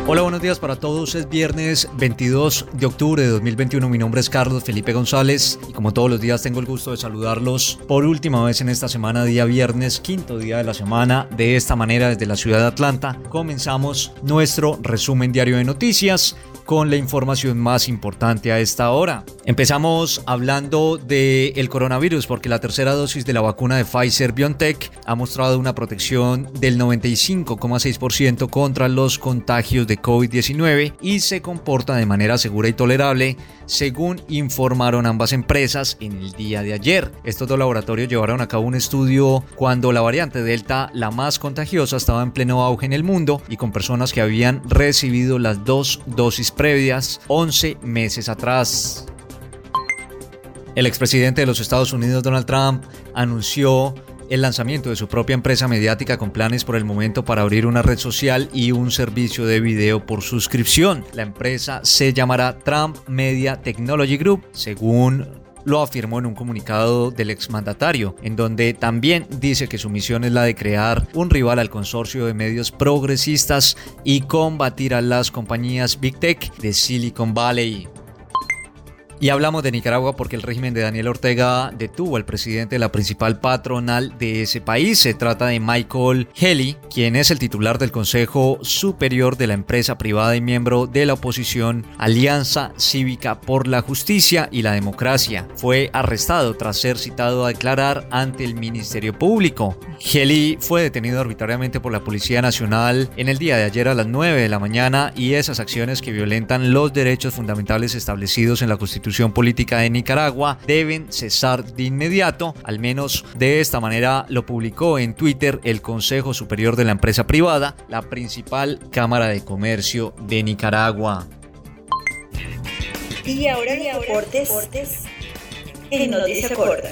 Hola, buenos días para todos. Es viernes 22 de octubre de 2021. Mi nombre es Carlos Felipe González y como todos los días tengo el gusto de saludarlos por última vez en esta semana, día viernes, quinto día de la semana. De esta manera, desde la ciudad de Atlanta, comenzamos nuestro resumen diario de noticias con la información más importante a esta hora. Empezamos hablando del coronavirus porque la tercera dosis de la vacuna de Pfizer-BioNTech ha mostrado una protección del 95,6% contra los contagios de COVID-19 y se comporta de manera segura y tolerable, según informaron ambas empresas en el día de ayer. Estos dos laboratorios llevaron a cabo un estudio cuando la variante Delta, la más contagiosa, estaba en pleno auge en el mundo y con personas que habían recibido las dos dosis previas 11 meses atrás. El expresidente de los Estados Unidos, Donald Trump, anunció el lanzamiento de su propia empresa mediática con planes por el momento para abrir una red social y un servicio de video por suscripción. La empresa se llamará Trump Media Technology Group, según lo afirmó en un comunicado del exmandatario, en donde también dice que su misión es la de crear un rival al consorcio de medios progresistas y combatir a las compañías Big Tech de Silicon Valley. Y hablamos de Nicaragua porque el régimen de Daniel Ortega detuvo al presidente de la principal patronal de ese país. Se trata de Michael Hely, quien es el titular del Consejo Superior de la empresa privada y miembro de la oposición Alianza Cívica por la Justicia y la Democracia. Fue arrestado tras ser citado a declarar ante el Ministerio Público. Hely fue detenido arbitrariamente por la Policía Nacional en el día de ayer a las 9 de la mañana y esas acciones que violentan los derechos fundamentales establecidos en la Constitución política de Nicaragua deben cesar de inmediato. Al menos de esta manera lo publicó en Twitter el Consejo Superior de la Empresa Privada, la principal Cámara de Comercio de Nicaragua. Y ahora deportes en Noticia Corta.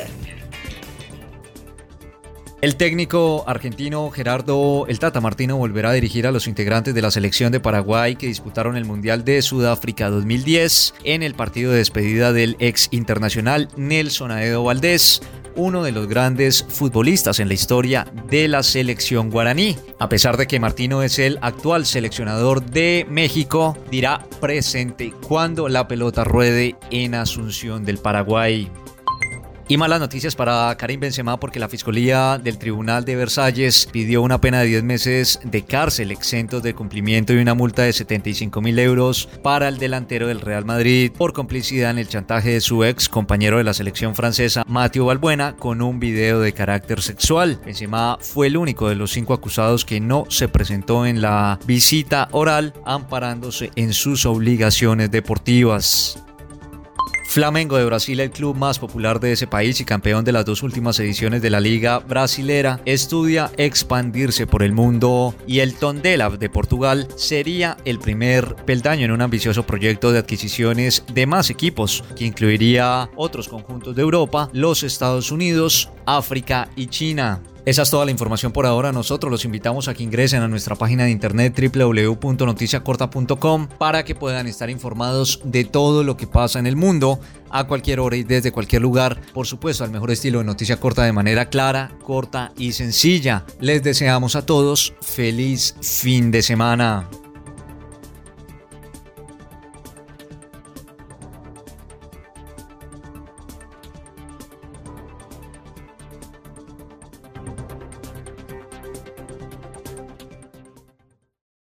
El técnico argentino Gerardo El Tata Martino volverá a dirigir a los integrantes de la selección de Paraguay que disputaron el Mundial de Sudáfrica 2010 en el partido de despedida del ex internacional Nelson Aedo Valdés, uno de los grandes futbolistas en la historia de la selección guaraní. A pesar de que Martino es el actual seleccionador de México, dirá presente cuando la pelota ruede en Asunción del Paraguay. Y malas noticias para Karim Benzema porque la Fiscalía del Tribunal de Versalles pidió una pena de 10 meses de cárcel exentos de cumplimiento y una multa de 75.000 euros para el delantero del Real Madrid por complicidad en el chantaje de su ex compañero de la selección francesa Mathieu Valbuena con un video de carácter sexual. Benzema fue el único de los 5 acusados que no se presentó en la visita oral, amparándose en sus obligaciones deportivas. Flamengo de Brasil, el club más popular de ese país y campeón de las 2 últimas ediciones de la Liga Brasilera, estudia expandirse por el mundo y el Tondela de Portugal sería el primer peldaño en un ambicioso proyecto de adquisiciones de más equipos que incluiría otros conjuntos de Europa, los Estados Unidos, África y China. Esa es toda la información por ahora. Nosotros los invitamos a que ingresen a nuestra página de internet www.noticiacorta.com para que puedan estar informados de todo lo que pasa en el mundo a cualquier hora y desde cualquier lugar. Por supuesto, al mejor estilo de Noticia Corta, de manera clara, corta y sencilla. Les deseamos a todos feliz fin de semana.